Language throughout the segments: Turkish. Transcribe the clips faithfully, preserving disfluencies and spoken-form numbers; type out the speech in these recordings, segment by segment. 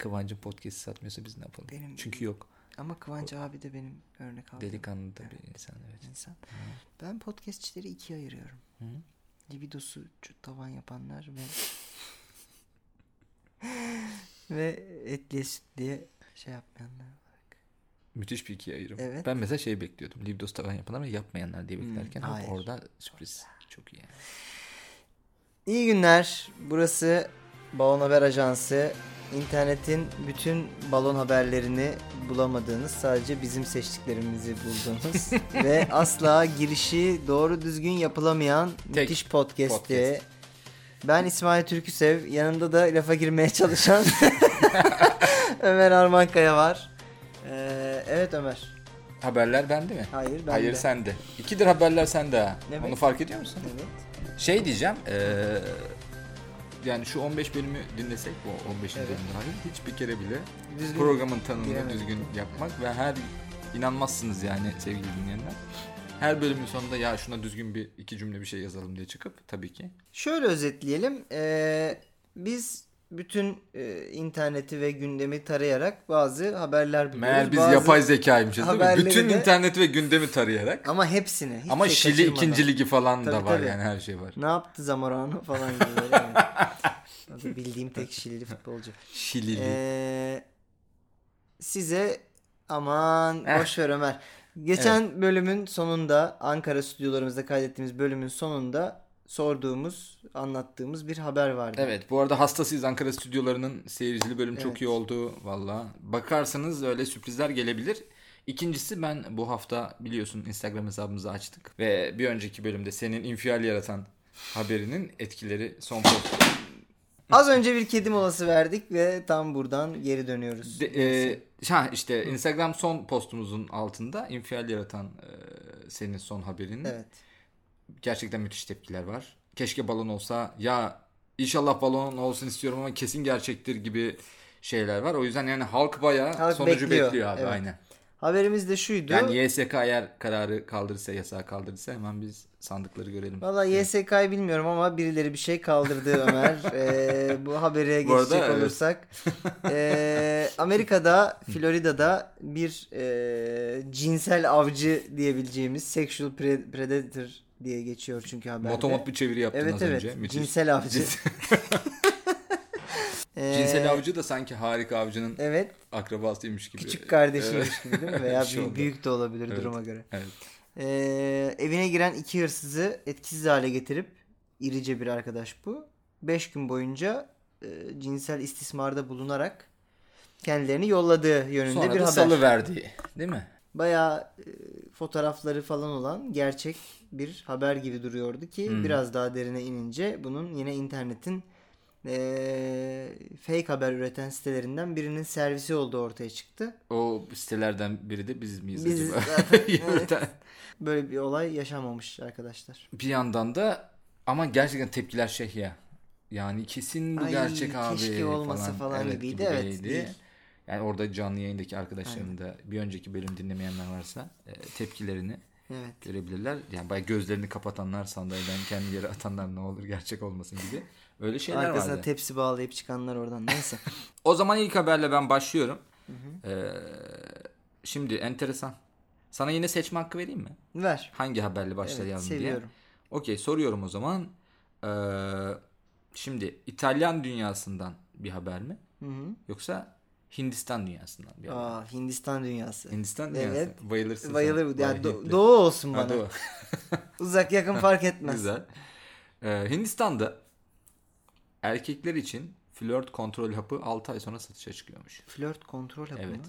Kıvancın podcast'i satmıyorsa biz ne yapalım? Benim, Çünkü yok. Ama Kıvanç o, abi de benim örnek aldığım. Delikanlı da evet. bir insan. Evet. insan. Ben podcastçileri ikiye ayırıyorum. Hı. Libidosu tavan yapanlar ve ve etliye sütliye şey yapmayanlar. Müthiş bir ikiye ayrım. Evet. Ben mesela şey bekliyordum. Libidos tavan yapanlar ve yapmayanlar diye beklerken Hmm, hop, hayır. orada sürpriz. Çok iyi yani. İyi günler. Burası Balon Haber Ajansı. İnternetin bütün balon haberlerini bulamadığınız, sadece bizim seçtiklerimizi bulduğunuz ve asla girişi doğru düzgün yapılamayan Tek müthiş podcast'i. podcast. Ben İsmail Türküsev. Yanında da lafa girmeye çalışan Ömer Armankaya var. Ee, evet Ömer. Haberler bende mi? Hayır ben Hayır de. sende. İkidir haberler sende ha. Evet. Onu fark ediyor musun? Evet. Şey diyeceğim. Ee, yani şu on beş bölümü dinlesek, bu on beşinci Evet. bölüm dahil, hiçbir kere bile Düzgün programın tanımını giremedik. düzgün yapmak ve her, inanmazsınız yani sevgili dinleyenler, her bölümün sonunda ya şuna düzgün bir iki cümle bir şey yazalım diye çıkıp tabii ki. Şöyle özetleyelim. Ee, biz bütün e, interneti ve gündemi tarayarak bazı haberler buluyoruz. Meğer biz bazı yapay zekaymışız değil mi? haberleri Bütün de- interneti ve gündemi tarayarak. Ama hepsini. Hiç Ama şey Şili kaçırmadan. ikinci ligi falan Tabii, da var tabii. yani, her şey var. Ne yaptı Zamorano falan gibi böyle. Yani. Adı bildiğim tek Şilili futbolcu. Şilili. Ee, size aman Eh. boş ver Ömer. Geçen bölümün sonunda, Ankara stüdyolarımızda kaydettiğimiz bölümün sonunda sorduğumuz, anlattığımız bir haber vardı. Evet, bu arada hastasıyız, Ankara stüdyolarının seyircili bölüm Evet. çok iyi oldu valla. Bakarsanız öyle sürprizler gelebilir. İkincisi, ben bu hafta biliyorsun Instagram hesabımızı açtık. Ve bir önceki bölümde senin infial yaratan haberinin etkileri son post. Az önce bir kedi molası verdik ve tam buradan geri dönüyoruz. De, e, ha işte Hı. Instagram son postumuzun altında infial yaratan e, senin son haberinin. Evet. Gerçekten müthiş tepkiler var. Keşke balon olsa, ya inşallah balon olsun istiyorum ama kesin gerçektir gibi şeyler var. O yüzden yani halk bayağı Halk sonucu bekliyor. bekliyor abi, Evet. aynen. Haberimiz de şuydu. Yani Y S K eğer kararı kaldırırsa, yasağı kaldırırsa hemen biz sandıkları görelim. Valla Y S K'yı bilmiyorum ama birileri bir şey kaldırdı Ömer. ee, bu habere geçecek arada, evet. olursak. ee, Amerika'da, Florida'da bir e, cinsel avcı diyebileceğimiz sexual pre- predator diye geçiyor çünkü haberde. Motomot bir çeviri yaptın evet, az evet. önce. Müthiş. Cinsel avcı. Ee, Cinsel avcı da sanki harika avcının evet. akrabasıymış gibi. Küçük kardeşiymiş Evet. gibi değil mi? Veya Şey büyük, oldu. büyük de olabilir Evet. duruma göre. Evet. Ee, evine giren iki hırsızı etkisiz hale getirip, irice bir arkadaş bu, beş gün boyunca e, cinsel istismarda bulunarak kendilerini yolladığı yönünde Sonra bir da haber. salıverdi, değil mi? Bayağı e, fotoğrafları falan olan gerçek bir haber gibi duruyordu ki Hmm. biraz daha derine inince bunun yine internetin e, fake haber üreten sitelerinden birinin servisi olduğu ortaya çıktı. O sitelerden biri de biz miyiz Biz acaba? zaten, evet. Yürüten. Böyle bir olay yaşanmamış arkadaşlar. Bir yandan da ama gerçekten tepkiler şey ya. Yani kesin bu Ay, gerçek abi keşke olmasa falan evet, gibiydi. gibi Evet, değildi. değil. Yani orada canlı yayındaki arkadaşlarım da bir önceki bölüm dinlemeyenler varsa e, tepkilerini Evet. görebilirler. Yani bayağı gözlerini kapatanlar, sandalyeden kendi yere atanlar, ne olur gerçek olmasın gibi. Öyle şeyler Arkasına vardı. tepsi bağlayıp çıkanlar oradan. Neyse. O zaman ilk haberle ben başlıyorum. Ee, şimdi enteresan. Sana yine seçme hakkı vereyim mi? Ver. Hangi haberle başlayalım Evet, diye. seviyorum. Okey, soruyorum o zaman. Ee, şimdi İtalyan dünyasından bir haber mi? Hı hı. Yoksa Hindistan dünyasından bir haber mi? Aa, Hindistan dünyası. Hindistan dünyası. Evet. Bayılırsın Bayılır. sen. Yani Vay do- Hintli. doğu olsun Ha, bana. doğu. Uzak yakın fark etmez. Güzel. Ee, Hindistan'da erkekler için flört kontrol hapı altı ay sonra satışa çıkıyormuş. Flört kontrol hapı Evet. mı?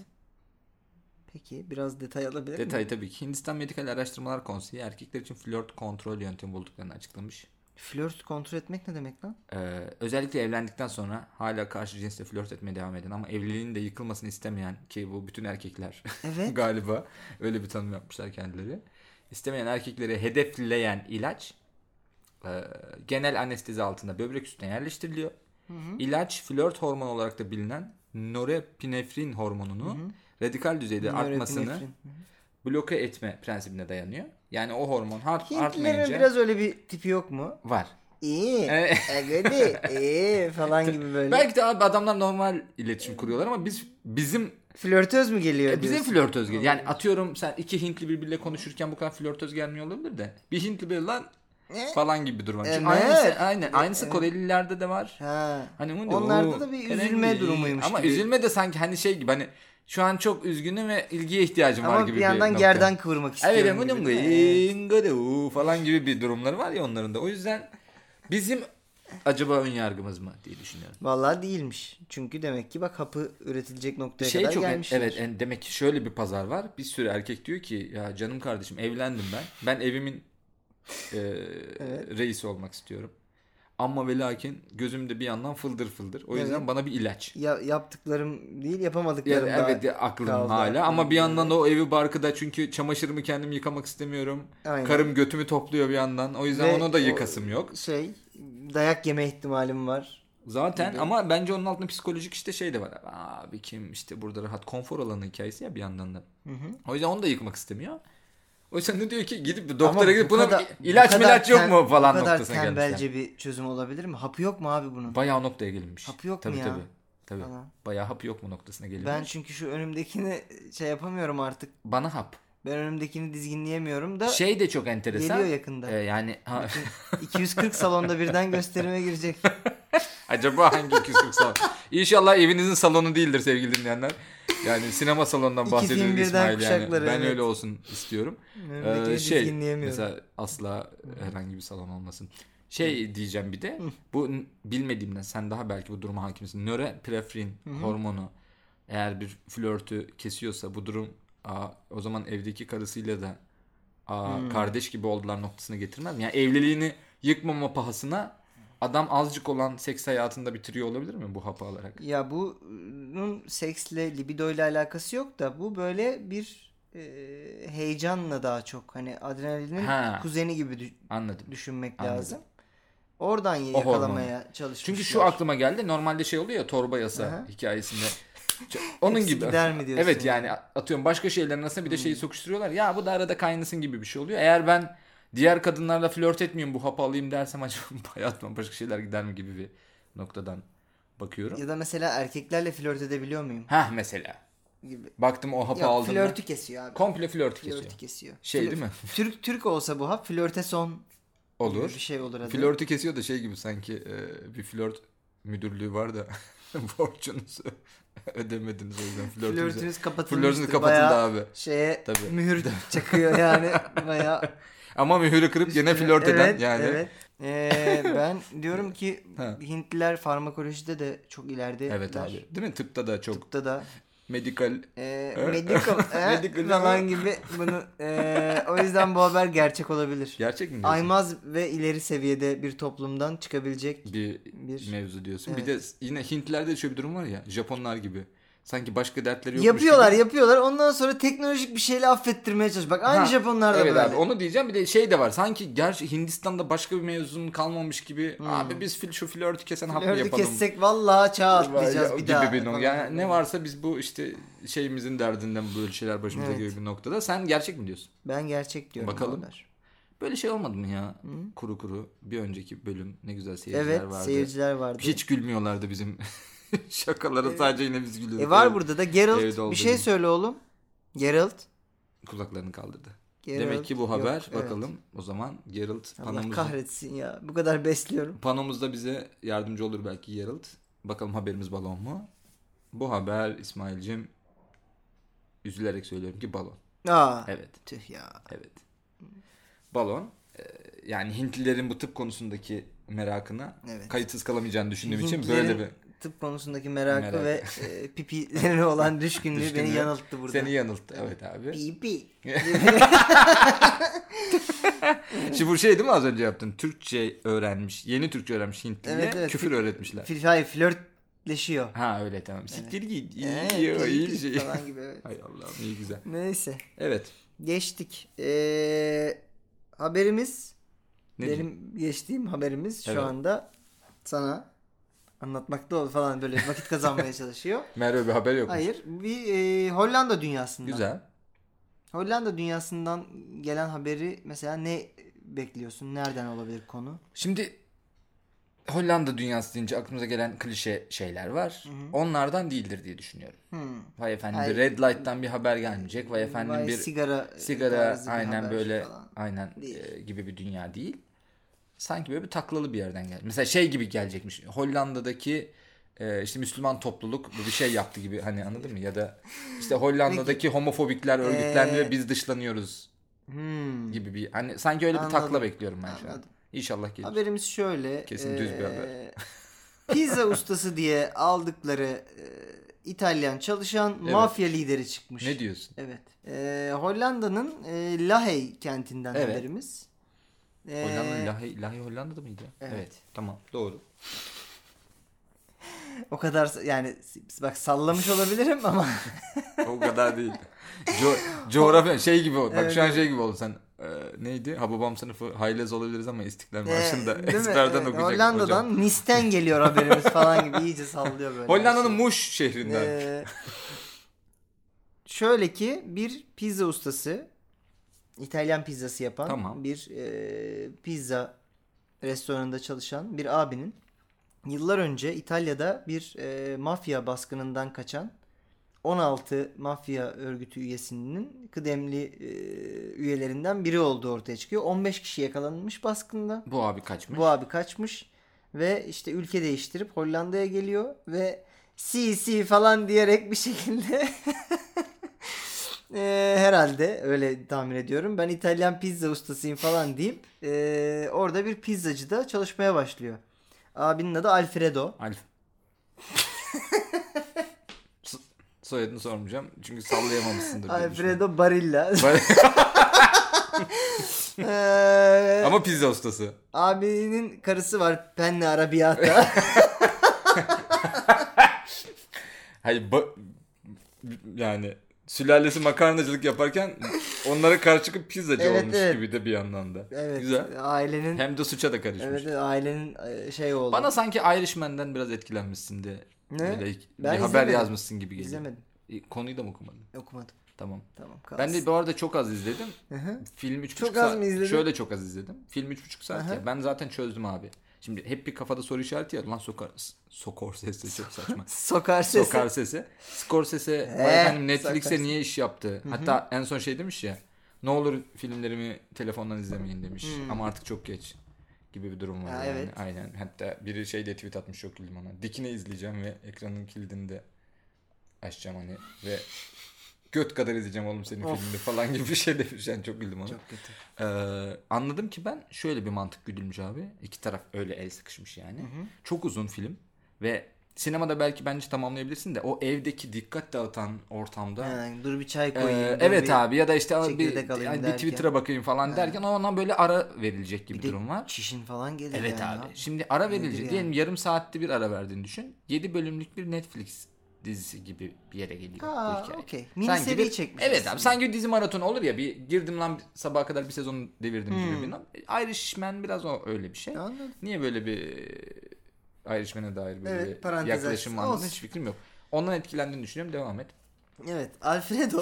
Peki biraz detay alabilir miyim? Detay tabii ki. Hindistan Medikal Araştırmalar Konseyi erkekler için flört kontrol yöntemi bulduklarını açıklamış. Flört kontrol etmek ne demek lan? Ee, özellikle evlendikten sonra hala karşı cinsle flört etmeye devam eden ama evliliğinin de yıkılmasını istemeyen, ki bu bütün erkekler Evet. galiba öyle bir tanım yapmışlar kendileri. İstemeyen erkekleri hedefleyen ilaç e, genel anestezi altında böbrek üstüne yerleştiriliyor. Hı hı. İlaç flört hormonu olarak da bilinen norepinefrin hormonunu Hı hı. radikal düzeyde artmasını Norepinefrin. Hı hı. bloke etme prensibine dayanıyor. Yani o hormon art, Hintlilerin artmayınca biraz öyle bir tipi yok mu? var. İyi. Evet. Agadi. İyi falan gibi böyle. Belki de abi adamlar normal iletişim kuruyorlar ama biz bizim Flörtöz mü geliyor e, bizim diyorsun? flörtöz geliyor. Yani atıyorum sen iki Hintli birbiriyle konuşurken bu kadar flörtöz gelmiyor olabilir de. Bir Hintli bir lan Ne? falan gibi bir durum var. Çünkü Evet. aynısı, aynen, aynısı Evet. Korelilerde de var. Ha. Hani Onlarda da bir üzülme durumuymuş ama gibi. üzülme de sanki hani şey gibi hani şu an çok üzgünüm ve ilgiye ihtiyacım Ama var gibi bir yandan nokta. gerdan kıvırmak istiyorum Evet, gibi. bunun değil mi? gıyın falan gibi bir durumları var ya onların da. O yüzden bizim acaba ön yargımız mı diye düşünüyorum. Vallahi değilmiş. Çünkü demek ki bak hapı üretilecek noktaya Şey kadar çok gelmişler. evet en, demek ki şöyle bir pazar var. Bir sürü erkek diyor ki ya canım kardeşim evlendim ben. Ben evimin e, Evet. reisi olmak istiyorum. Ama ve lakin gözümde bir yandan fıldır fıldır. O yüzden Evet. bana bir ilaç. Ya, yaptıklarım değil Ya, yapamadıklarım daha evet ya, aklım kaldı hala aklımda ama bir yandan da böyle. o evi barkıda çünkü çamaşırımı kendim yıkamak istemiyorum. Aynen. Karım götümü topluyor bir yandan. O yüzden Ve onu da o yıkasım yok. Şey dayak yeme ihtimalim var. Zaten gibi. ama bence onun altında psikolojik işte şey de var. Abi kim işte burada rahat konfor alanı hikayesi ya bir yandan da. Hı hı. O yüzden onu da yıkmak istemiyor. O yüzden de diyor ki gidip bir Ama doktora bu gidip buna kadar- ilaç bu kadar milaç yok tem- mu falan Bu kadar noktasına gelmişler. tembelce bir çözüm olabilir mi? Hapı yok mu abi bunun? Bayağı o noktaya gelinmiş. Hapı yok tabii, mu ya? Tabii tabii. Falan. Bayağı hapı yok mu noktasına gelinmiş. Ben çünkü şu önümdekini şey yapamıyorum artık. Bana hap. Ben önümdekini dizginleyemiyorum da Şey de çok enteresan. geliyor yakında. Ee, yani ha, iki yüz kırk salonda birden gösterime girecek. acaba hangi iki yüz kırk salon? İnşallah evinizin salonu değildir sevgili dinleyenler. Yani sinema salonundan İki bahsediyoruz film birden İsmail yani. kuşakları, Ben evet. öyle olsun istiyorum. Önümdekini Ee, şey dizginleyemiyorum. mesela asla herhangi bir salon olmasın. Şey diyeceğim bir de bu n- bilmediğimden sen daha belki bu duruma hakimsin. Norepinefrin hormonu eğer bir flörtü kesiyorsa bu durum aa, o zaman evdeki karısıyla da aa, Hmm. kardeş gibi oldular noktasına getirmez mi? Yani evliliğini yıkmama pahasına adam azıcık olan seks hayatında bitiriyor olabilir mi bu hapı alarak? Ya bunun seksle, libidoyla alakası yok da bu böyle bir e, heyecanla daha çok. Hani adrenalinin Ha. kuzeni gibi dü- Anladım. düşünmek Anladım. lazım. Oradan O yakalamaya çalışmışlar. Çünkü şu aklıma geldi. Normalde şey oluyor ya torba yasa Aha. hikayesinde. Ç- Onun Hepsi gibi. gider mi diyorsun Evet yani? yani atıyorum başka şeylerin arasında bir de şeyi sokuşturuyorlar. Ya bu da arada kaynasın gibi bir şey oluyor. Eğer ben diğer kadınlarla flört etmeyeyim bu hapı alayım dersem acaba hayatıma başka şeyler gider mi gibi bir noktadan bakıyorum. Ya da mesela erkeklerle flört edebiliyor muyum? Hah mesela. Gibi. Baktım o hapı Yok, aldım. flörtü kesiyor abi. Komple flört kesiyor. Flörtü kesiyor. Şey Flö- değil mi? Türk Türk olsa bu hap flörte son gibi Olur. bir şey olur adı. Flörtü kesiyor da şey gibi sanki e, bir flört müdürlüğü var da borcunuzu ödemediniz o yüzden flörtünüzü. Flörtünüz kapatılmıştır. Flörtünüz kapatıldı Bayağı abi. şeye Tabii. mühür çakıyor yani. Bayağı. Ama mühürü kırıp yine flört eden Evet, yani. evet. Ee, ben diyorum ki Ha. Hintliler farmakolojide de çok ileride. Evet abi. Değil mi? Tıpta da çok Tıpta da medical. e, Evet. medical, e, Medical falan ama- gibi bunu e, o yüzden bu haber gerçek olabilir. Gerçek mi diyorsun? Aymaz ve ileri seviyede bir toplumdan çıkabilecek bir, bir- mevzu diyorsun. Evet. Bir de yine Hintlilerde şöyle bir durum var ya. Japonlar gibi. Sanki başka dertleri yokmuş yapıyorlar gibi. yapıyorlar ondan sonra teknolojik bir şeyle affettirmeye çalış. Bak aynı Ha, Japonlar da evet böyle. abi onu diyeceğim. Bir de şey de var. Sanki gerçi Hindistan'da başka bir mevzunun kalmamış gibi. Hmm. Abi biz fil, şu flörtü kesen hap mı Flörtü yapalım? kessek vallahi çağ atlayacağız bir gibi daha. bir nokta. falan. Yani ne varsa biz bu işte şeyimizin derdinden böyle şeyler başımıza Evet. geliyor bir noktada. Sen gerçek mi diyorsun? Ben gerçek diyorum. Bakalım. bu haber. Böyle şey olmadı mı ya? Kuru kuru. Bir önceki bölüm ne güzel seyirciler Evet vardı. seyirciler vardı. Hiç gülmüyorlardı bizim şakalara sadece yine biz gülüyorduk. E var Evet. burada da Geralt Evet, oldu bir şey bizim. söyle oğlum. Geralt. Kulaklarını kaldırdı. Geralt. Demek ki bu haber Yok, evet. bakalım. O zaman Geralt Allah panomuzda, kahretsin ya. Bu kadar besliyorum. panomuzda bize yardımcı olur belki Geralt. Bakalım haberimiz balon mu? Bu haber İsmail'cim üzülerek söylüyorum ki balon. Aa. Evet. Tüh ya. Evet. Balon. Ee, Yani Hintlilerin bu tıp konusundaki merakına Evet. kayıtsız kalamayacağını düşündüğüm için Hintlilerin böyle bir tıp konusundaki merakı Merak. ve e, pipilerine olan düşkünlüğü beni Düşkünlüğü yanılttı burada. seni yanılttı. Evet abi. Pipi. Şimdi bu şey değil mi az önce yaptın? Türkçe öğrenmiş. Yeni Türkçe öğrenmiş Hintli'ye Evet, evet. küfür öğretmişler. Fil- Hayır flörtleşiyor. Ha öyle tamam. Siktir git. İyi, Evet, iyi, pipi iyi bir şey. falan gibi, evet. Hay Allah'ım iyi güzel. Neyse. Evet. Geçtik. Ee, haberimiz Ne benim geçtiğim haberimiz şu Evet. anda sana anlatmakta ol falan böyle vakit kazanmaya çalışıyor. Merve bir haber yokmuş. Hayır. Bir e, Hollanda dünyasından. Güzel. Hollanda dünyasından gelen haberi mesela ne bekliyorsun? Nereden olabilir konu? Şimdi Hollanda dünyası deyince aklımıza gelen klişe şeyler var. Hı hı. Onlardan değildir diye düşünüyorum. Hmm. Vay efendim Ay- bir red light'tan bir haber gelmeyecek. Vay efendim Vay bir sigara sigara tarzı bir aynen haber böyle falan. aynen Değil. e, gibi bir dünya değil. Sanki böyle bir taklalı bir yerden geldi. Mesela şey gibi gelecekmiş. Hollanda'daki e, işte Müslüman topluluk bu bir şey yaptı gibi, hani anladın mı? Ya da işte Hollanda'daki homofobikler örgütlendi Ee, ve biz dışlanıyoruz Hmm. gibi bir, hani sanki öyle bir Anladım. takla bekliyorum ben şu an. Anladım. İnşallah gelir. Haberimiz şöyle. Kesin düz bir haber. e, Pizza ustası diye aldıkları e, İtalyan çalışan Evet. mafya lideri çıkmış. Ne diyorsun? Evet. E, Hollanda'nın e, Lahey kentinden Evet. haberimiz. E, Hollanda, Lahey, Lahey Hollanda'da mıydı? Evet. Tamam, doğru. O kadar yani bak sallamış olabilirim ama O kadar değil. Co- coğrafya şey gibi oldu. Bak Evet, şu an evet. şey gibi oldu sen. E, neydi? Hababam sınıfı haylaz olabiliriz ama İstiklal e, Marşı'nda değil mi? ezberden Evet, okuyacak Hollanda'dan hocam. Nice'ten geliyor haberimiz falan gibi iyice sallıyor böyle. Hollanda'nın her şeyi. Muş şehrinden. E, şöyle ki bir pizza ustası, İtalyan pizzası yapan Tamam. bir e, pizza restoranında çalışan bir abinin yıllar önce İtalya'da bir e, mafya baskınından kaçan on altı mafya örgütü üyesinin kıdemli e, üyelerinden biri olduğu ortaya çıkıyor. on beş kişi yakalanmış baskında. Bu abi kaçmış. Bu abi kaçmış ve işte ülke değiştirip Hollanda'ya geliyor ve si si falan diyerek bir şekilde e, herhalde öyle tahmin ediyorum. Ben İtalyan pizza ustasıyım falan deyip e, orada bir pizzacıda çalışmaya başlıyor. Abinin adı Alfredo. Alf. So- Soyadını sormayacağım çünkü sallayamamışsındır diye düşünüyorum. Alfredo Barilla. Bar- Ee, Ama pizza ustası. abinin karısı var Penne Arrabbiata. Hayır ba- yani sülalesi makarnacılık yaparken onlara karşı çıkıp pizzacı Evet, olmuş evet. gibi de bir yandan da. Evet. Güzel. Ailenin Hem de suça da karışmış. evet, evet, ailenin e, şey oldu. Bana sanki Irishman'den biraz etkilenmişsin de. Ne? Böyle Ben bir haber izlemedim. yazmışsın gibi geliyor. İzlemedim. E, Konuyu da mı okumadın? Okumadım. Tamam. Tamam. Kalsın. Ben de bu arada çok az izledim. Hı hı. Film üç Çok buçuk az saat. mı izledin? Şöyle çok az izledim. Film üç buçuk saat Aha. ya. Ben zaten çözdüm abi. Şimdi hep bir kafada soru işareti ya. Lan sokar, sokor sesi çok saçma. Sokar sesi. Sokar sesi. Scorsese Eh, vay efendim Netflix'e Scorsese. niye iş yaptı? Hatta en son şey demiş ya. Ne olur filmlerimi telefondan izlemeyin demiş. Hmm. Ama artık çok geç. Gibi bir durum var Ha, yani. evet. Aynen. Hatta biri şey de tweet atmış, çok güldüm ona. Dikine izleyeceğim ve ekranın kilidini de açacağım hani ve göt kadar izleyeceğim oğlum senin Of. filmini falan gibi bir şey demiş. Yani çok güldüm ona. Çok kötü. Ee, anladım ki ben şöyle bir mantık güdülmüş abi. İki taraf öyle el sıkışmış yani. Hı hı. Çok uzun film ve sinemada belki bence tamamlayabilirsin de o evdeki dikkat dağıtan ortamda Yani dur bir çay ee, koyayım. dur evet bir abi ya da işte bir, çekirdek alayım hani bir derken. Twitter'a bakayım falan Ha. derken ona böyle ara verilecek gibi Bir bir de durum var. çişin falan gelir Evet yani. abi. Şimdi ara Nedir verilecek. yani? Diyelim yarım saatte bir ara verdiğini düşün. yedi bölümlük bir Netflix dizisi gibi bir yere geliyor Ha, bu hikaye. okey. Mini Sanki seri bir- çekmiş Evet aslında. abi, sanki bir dizi maratonu olur ya, bir girdim lan sabaha kadar bir sezonu devirdim Hmm. gibi bir. Irishman biraz o öyle bir şey. Anladım. Niye böyle bir Irishman'e dair böyle Evet, bir parantez yaklaşım açsın. var mı? Olsun. Hiç fikrim yok. Ondan etkilendiğini düşünüyorum. Devam et. Evet. Alfredo.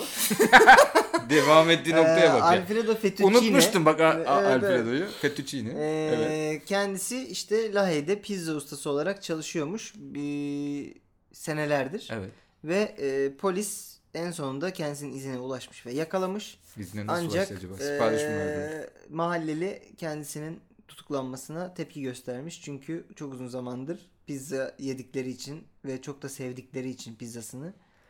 Devam ettiği noktaya bak ya. Alfredo Fettuccine. Unutmuştum bak a- a- Evet, Alfredo'yu. Fettuccine. Ee, Evet. Kendisi işte Lahey'de pizza ustası olarak çalışıyormuş bir senelerdir. Evet. Ve e, polis en sonunda kendisinin izine ulaşmış ve yakalamış. Bizine nasıl Ancak ulaştı acaba? Sipariş mi e, verdi? mahalleli kendisinin tutuklanmasına tepki göstermiş. Çünkü çok uzun zamandır pizza yedikleri için ve çok da sevdikleri için pizzasını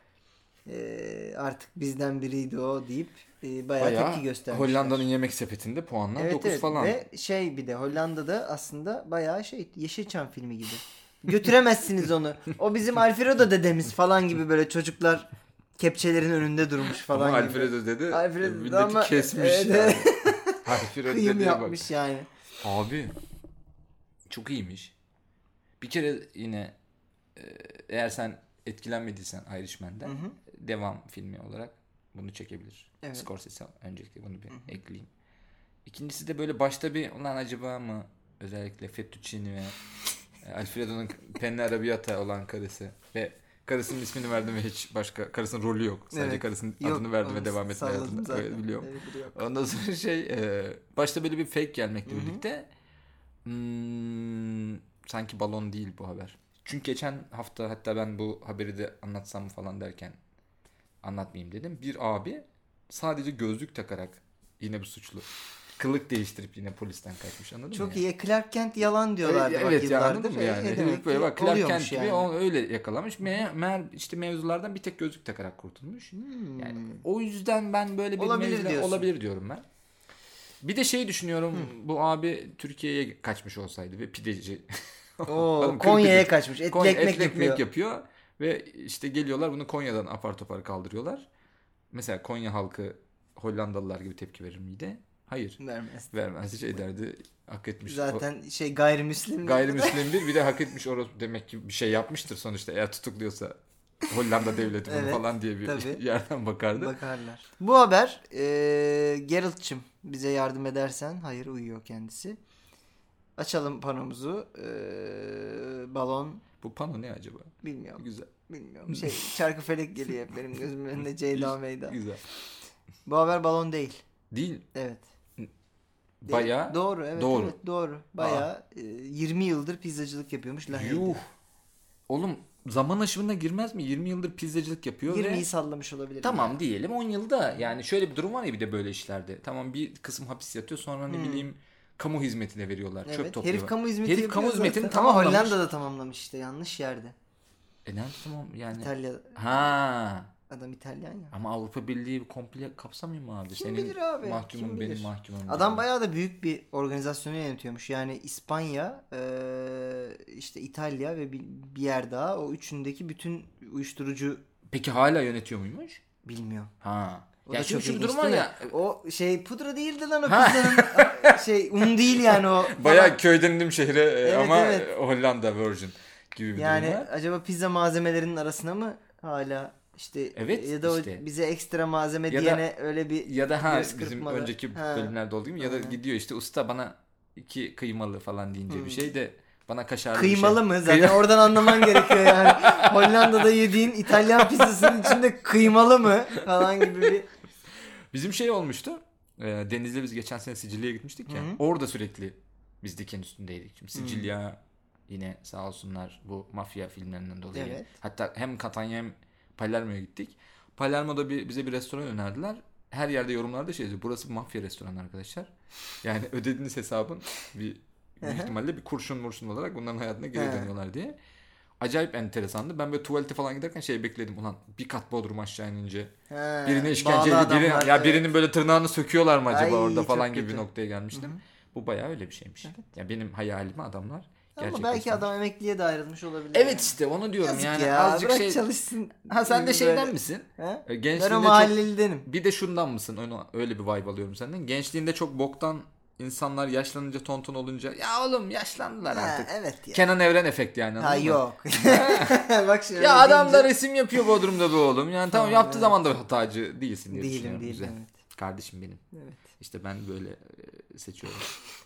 e, artık bizden biriydi o deyip e, bayağı, Bayağı tepki göstermişler. Hollanda'nın yemek sepetinde puanlar Evet, dokuz evet. falan. Ve şey bir de Hollanda'da aslında bayağı şey Yeşilçam filmi gibi. Götüremezsiniz onu. O bizim Alfredo dedemiz falan gibi böyle çocuklar kepçelerin önünde durmuş falan Ama gibi. Alfredo dedi. Alfredo milleti ama- kesmiş evet, yani. evet. Alfredo Kıyım dediğe bak. yapmış yani. Abi çok iyiymiş. Bir kere yine e, eğer sen etkilenmediysen Irishman'den Hı hı. devam filmi olarak bunu çekebilir. Evet. Scorsese öncelikle bunu bir ekleyeyim. İkincisi de böyle başta bir ulan acaba mı özellikle Fettuccine ve e, Alfredo'nun Penne Arrabbiata olan karısı ve karısının ismini verdim ve hiç başka karısının rolü yok. Sadece Evet. karısının Yok, adını verdim onu ve devam etme salladım hayatında. zaten. Öyle biliyorum. Evet, yok. Ondan sonra şey e, başta böyle bir fake gelmekle Hı hı. birlikte hmm, sanki balon değil bu haber. Çünkü geçen hafta hatta ben bu haberi de anlatsam mı falan derken anlatmayayım dedim. Bir abi sadece gözlük takarak yine bir suçlu. Kılık değiştirip yine polisten kaçmış, anladın mı? Çok yani? iyi. Clark Kent yalan diyorlardı Evet, bak evet ya, yıllardır. anladın mı E, yani? ne demek Herif böyle ki bak Clark oluyormuş Kent gibi yani. o öyle yakalamış. Meğer, meğer işte mevzulardan bir tek gözlük takarak kurtulmuş. Hmm. Yani o yüzden ben böyle bir Olabilir mevzular diyorsun. olabilir diyorum ben. Bir de şey düşünüyorum, bu abi Türkiye'ye kaçmış olsaydı ve pideci. Oo, Oğlum, Konya'ya kırk kaçmış. Etli Konya, ekmek etli yapıyor. yapıyor ve işte geliyorlar bunu Konya'dan apar topar kaldırıyorlar. Mesela Konya halkı Hollandalılar gibi tepki verir miydi? Hayır. Vermez. Vermez. Şey derdi, hak etmiş. Zaten şey gayrimüslim. O, gayrimüslimdir bir de hak etmiş, orası demek ki bir şey yapmıştır sonuçta eğer tutukluyorsa Hollanda devleti bunu Evet, falan diye bir tabii. yerden bakardı. Bakarlar. Bu haber e, Geralt'cığım bize yardım edersen. Hayır, uyuyor kendisi. Açalım panomuzu. E, balon. Bu pano ne acaba? Bilmiyorum. Güzel. Bilmiyorum. Şey Çarkıfelek geliyor hep benim gözümün önünde. Ceyda Meydan. Güzel. Bu haber balon değil. Değil. Evet. Bayağı. Doğru evet. Doğru. Evet, doğru. Bayağı e, yirmi yıldır pizzacılık yapıyormuş Lahey'de. Yuh. Oğlum zaman aşımına girmez mi? yirmi yıldır pizzacılık yapıyor yirmiyi ve... sallamış olabilir. Tamam yani. diyelim on yılda. Yani şöyle bir durum var ya bir de böyle işlerde. Tamam bir kısım hapis yatıyor, sonra ne Hmm. bileyim kamu hizmetine veriyorlar. Evet, Çöp topluyor. herif kamu hizmeti Herif yapıyor kamu hizmetini zaten. Ama tamamlamış. Hollanda'da tamamlamış işte, yanlış yerde. E nerede tamam yani. İtalya'da. Ha. Adam İtalyan ya. Ama Avrupa Birliği komple kapsamıyor mu abi? Kim Senin bilir abi, mahkumun kim benim bilir? mahkumum. Adam benim. bayağı da büyük bir organizasyonu yönetiyormuş. Yani İspanya, eee, işte İtalya ve bir, bir yer daha. O üçündeki bütün uyuşturucu Peki hala yönetiyor muymuş? bilmiyorum. Ha. O Ya da şimdi çok şu bir ilginç durum var değil mi? ya. O şey pudra değildi lan o Ha. pizzanın şey un değil yani o. Bayağı köyden indim şehre Evet, ama evet. Hollanda Virgin gibi bir Yani durum var. acaba pizza malzemelerinin arasına mı hala işte Evet, ya da işte. o bize ekstra malzeme Ya da- diyene öyle bir Ya da ha göz bizim kırpmalı. önceki Ha. bölümlerde olduğu gibi ya da Aynen. gidiyor işte usta bana iki kıymalı falan deyince Hmm. bir şey de bana kaşarlı Kıymalı bir şey. mı? Zaten oradan anlaman gerekiyor yani. Hollanda'da yediğin İtalyan pizzasının içinde kıymalı mı? Falan gibi bir... Bizim şey olmuştu. E, Deniz'le biz geçen sene Sicilya'ya gitmiştik ya. Hı hı. Orada sürekli biz diken üstündeydik. Şimdi Sicilya yine sağ olsunlar bu mafya filmlerinden dolayı. Evet. Hatta hem Catania hem Palermo'ya gittik. Palermo'da bir, bize bir restoran önerdiler. Her yerde yorumlarda şey yazıyor. Burası bir mafya restoranı arkadaşlar. Yani ödediğiniz hesabın bir büyük ihtimalle bir kurşun murşun olarak bunların hayatına geri He. dönüyorlar diye. Acayip enteresandı. Ben böyle tuvalete falan giderken şey bekledim. Ulan bir kat bodrum aşağı inince Ha, birine işkence bağlı edip birine, adamlar, ya evet. birinin böyle tırnağını söküyorlar mı acaba Ay, orada çok falan gibi kötü. bir noktaya gelmiştim. Hı hı. Bu bayağı öyle bir şeymiş. Evet. Ya benim hayalimi adamlar Ama belki gerçekleştirmiş. adam emekliye de ayrılmış olabilir. Evet yani. işte onu diyorum Yazık yani ya, azıcık bırak şey. çalışsın. Ha sen de gibi şeyden böyle. misin? He? E, Ben Gençliğinde o çok mahallelidenim. bir de şundan mısın? Onu öyle bir vibe alıyorum senden. Gençliğinde çok boktan insanlar yaşlanınca tonton olunca ya oğlum yaşlandılar Ha, artık. evet ya. Kenan Evren efekti yani. Ha anladın mı? yok. Bak şimdi Ya öyle adam da deyince- resim yapıyor Bodrum'da be oğlum. Yani tamam Ha, yaptığı evet. zaman da hatacı değilsin diye Değilim düşünüyorum. değilim Güzel. evet. Kardeşim benim. Evet. İşte ben böyle e, seçiyorum.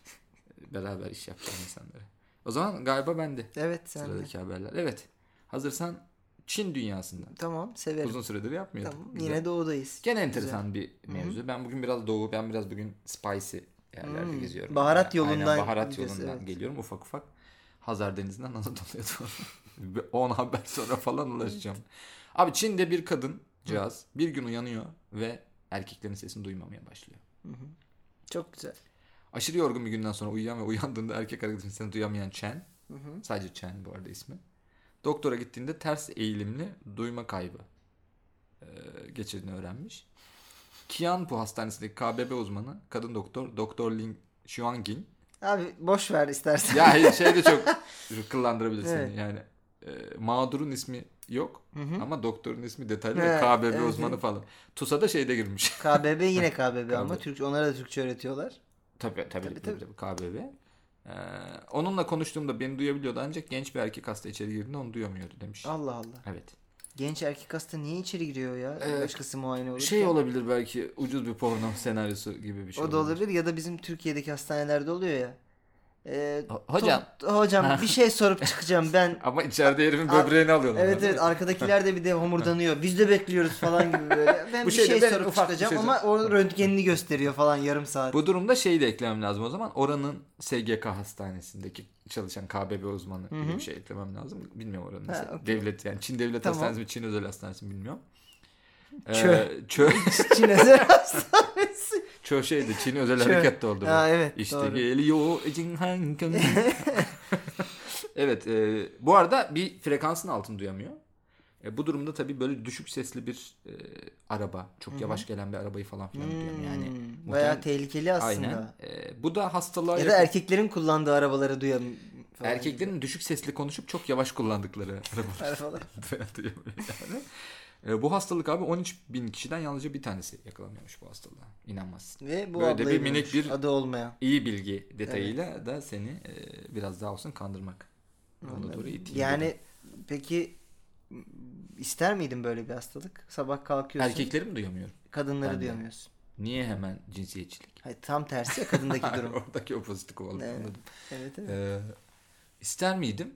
Beraber iş yapacağım insanları. O zaman galiba bende. Evet sen de. Sıradaki haberler. Evet. Hazırsan Çin dünyasından. Tamam severim. Uzun süredir yapmıyorduk. Tamam. Güzel. Yine doğudayız. Gene enteresan Güzel. bir mevzu. Ben bugün biraz doğu, ben biraz bugün spicy yerlerde Hmm. geziyorum. Baharat Yani yolundan aynen baharat gideceğiz, yolundan evet. geliyorum ufak ufak. Hazar Denizi'nden Anadolu'ya doğru. on haber sonra falan ulaşacağım. Abi Çin'de bir kadın cihaz bir gün uyanıyor ve erkeklerin sesini duymamaya başlıyor. Hı hı. Çok güzel. Aşırı yorgun bir günden sonra uyuyan ve uyandığında erkek arkadaşının sesini duyamayan Chen, Hı hı. sadece Chen bu arada ismi, doktora gittiğinde ters eğilimli duyma kaybı e, geçirdiğini öğrenmiş. Qianpu Hastanesi'ndeki K B B uzmanı kadın doktor Doktor Ling Xuangjin. Abi boş ver istersen. Ya hayır, şey de çok kıllandırabilir seni Evet. yani. E, mağdurun ismi yok Hı hı. ama doktorun ismi detaylı Evet, ve K B B evet, uzmanı evet. falan. TUS'a da şeyde girmiş. K B B yine K B B ama K B B. Türkçe, onlara da Türkçe öğretiyorlar. Tabii tabii, Tabii, tabii, tabii. tabii, K B B. Ee, onunla konuştuğumda beni duyabiliyordu ancak genç bir erkek hasta içeri girdiğinde onu duyamıyordu demiş. Allah Allah. Evet. Genç erkek hasta niye içeri giriyor ya? Ee, Başkası muayene olurken. Şey olabilir belki ucuz bir porno senaryosu gibi bir şey O da olabilir ya da bizim Türkiye'deki hastanelerde oluyor ya. Ee, Ho- hocam. to- hocam bir şey sorup çıkacağım ben. Ama içeride herifin böbreğini alıyorlar. Evet evet, arkadakiler de bir de homurdanıyor. Biz de bekliyoruz falan gibi böyle. Ben Bu bir şeyde şey ben sorup ufak bir çıkacağım şey ama o röntgenini gösteriyor falan yarım saat. Bu durumda şeyi de eklemem lazım o zaman. Oranın S G K hastanesindeki çalışan K B B uzmanı Hı hı. gibi bir şey eklemem lazım. Bilmiyorum oranın. Ha, nasıl. okey. Devlet yani Çin Devlet Tamam. Hastanesi mi Çin Özel Hastanesi mi bilmiyorum. Çö. Ee, çö. Çin Özel Hastanesi. Çö şeydi. Çin Özel Çö. Harekat da oldu. Ha, evet, İşte doğru. geliyor. Jinhan Kang. Evet. E, bu arada bir frekansın altını duyamıyor. E, bu durumda tabii böyle düşük sesli bir e, araba, çok Hı-hı. yavaş gelen bir arabayı falan filan duyamıyor. Yani Hmm, bayağı muhtemelen- tehlikeli aslında. Aynen. E, bu da hastalığa Ya da yakın- erkeklerin kullandığı arabaları duyamıyor. falan erkeklerin düşük sesli konuşup çok yavaş kullandıkları gibi. arabalar Arabalar. duyamıyor yani. E, bu hastalık abi on üç bin kişiden yalnızca bir tanesi yakalanıyormuş bu hastalığa. İnanmazsın. Ve bu Böyle de bir ablayı minik bulmuş, bir- adı olmayan. İyi bilgi detayıyla da seni e, biraz daha olsun kandırmak. Ona doğru iteyim Yani dedim. peki ister miydin böyle bir hastalık? Sabah kalkıyorsun. Erkekleri mi duyamıyorum? Kadınları Ben de. duyamıyorsun. Niye hemen cinsiyetçilik? Hayır, tam tersi ya kadındaki Hayır, durum. oradaki o pozitif oldu. Evet. Anladım. Evet evet. Ee, ister miydim?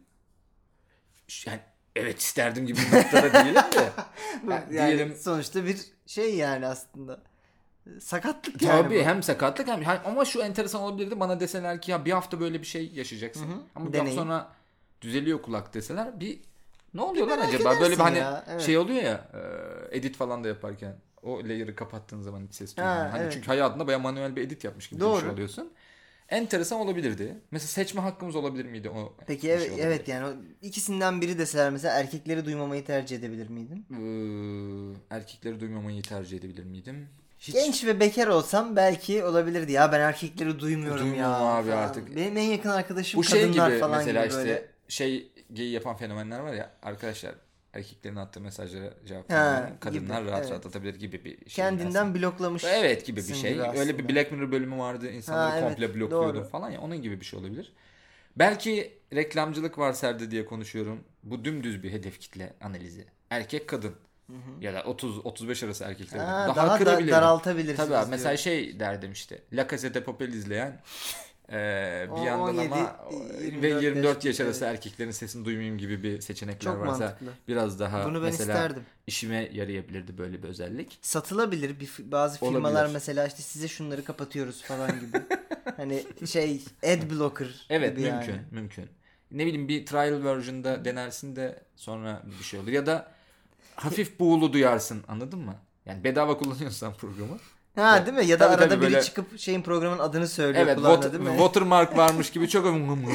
Ş- Yani evet isterdim gibi bir noktada değilim de. Bu Yani yani diyelim- sonuçta bir şey yani aslında. Sakatlık yani. Tabii bu. hem sakatlık hem hem- ama şu enteresan olabilirdi, bana deseler ki ya bir hafta böyle bir şey yaşayacaksın. Hı hı. Ama bir Deneyim. hafta sonra düzeliyor kulak deseler bir ne oluyor Bir lan merak acaba? Böyle bir edersin hani ya, evet. şey oluyor ya e, edit falan da yaparken o layer'ı kapattığın zaman hiç ses Ha, duymuyor. Hani evet. çünkü hayatında bayağı manuel bir edit yapmış gibi bir şey Doğru. oluyorsun. Enteresan olabilirdi. Mesela seçme hakkımız olabilir miydi o? Peki bir şey evet, olabilir. evet yani o ikisinden biri deseler mesela erkekleri duymamayı tercih edebilir miydin? Ee, erkekleri duymamayı tercih edebilir miydim? Hiç Genç ve bekar olsam belki olabilirdi. Ya ben erkekleri duymuyorum Duymuyorum ya. abi falan. artık. Benim en yakın arkadaşım bu şey kadınlar gibi falan mesela gibi işte böyle. şey geyi yapan fenomenler var ya arkadaşlar, erkeklerin attığı mesajlara cevap Ha, veren kadınlar gibi, rahat evet. rahat atabilir gibi bir şey. Kendinden aslında. bloklamış. Evet gibi bir Sizin şey. gibi Öyle bir aslında. Black Mirror bölümü vardı. İnsanları Ha, evet, komple blokluyordun doğru. falan ya. Onun gibi bir şey olabilir. Belki reklamcılık var Serde diye konuşuyorum. Bu dümdüz bir hedef kitle analizi. Erkek kadın. Ya da otuz otuz beş arası erkekler. Ha, daha daha da kırabilirim. daraltabilirsiniz Tabii abi, mesela diyor. şey derdim işte. La Casa de Papel izleyen e, bir O yandan on yedi, ama yirmi ve dört yirmi dört yaş yaş, arası evet. erkeklerin sesini duymayayım gibi bir seçenekler Çok varsa mantıklı. biraz daha Bunu ben mesela isterdim. işime yarayabilirdi böyle bir özellik. Satılabilir bir bazı firmalar Olabilir. mesela işte size şunları kapatıyoruz falan gibi. Hani şey ad blocker Evet gibi mümkün yani. mümkün. Ne bileyim bir trial version'da denersin de sonra bir şey olur. Ya da hafif buğulu duyarsın, anladın mı? Yani bedava kullanıyorsan programı. Ha Evet. değil mi? Ya da Tabii, arada tabii, biri böyle- çıkıp şeyin programın adını söylüyor Evet kulağına water, değil mi? watermark varmış gibi çok O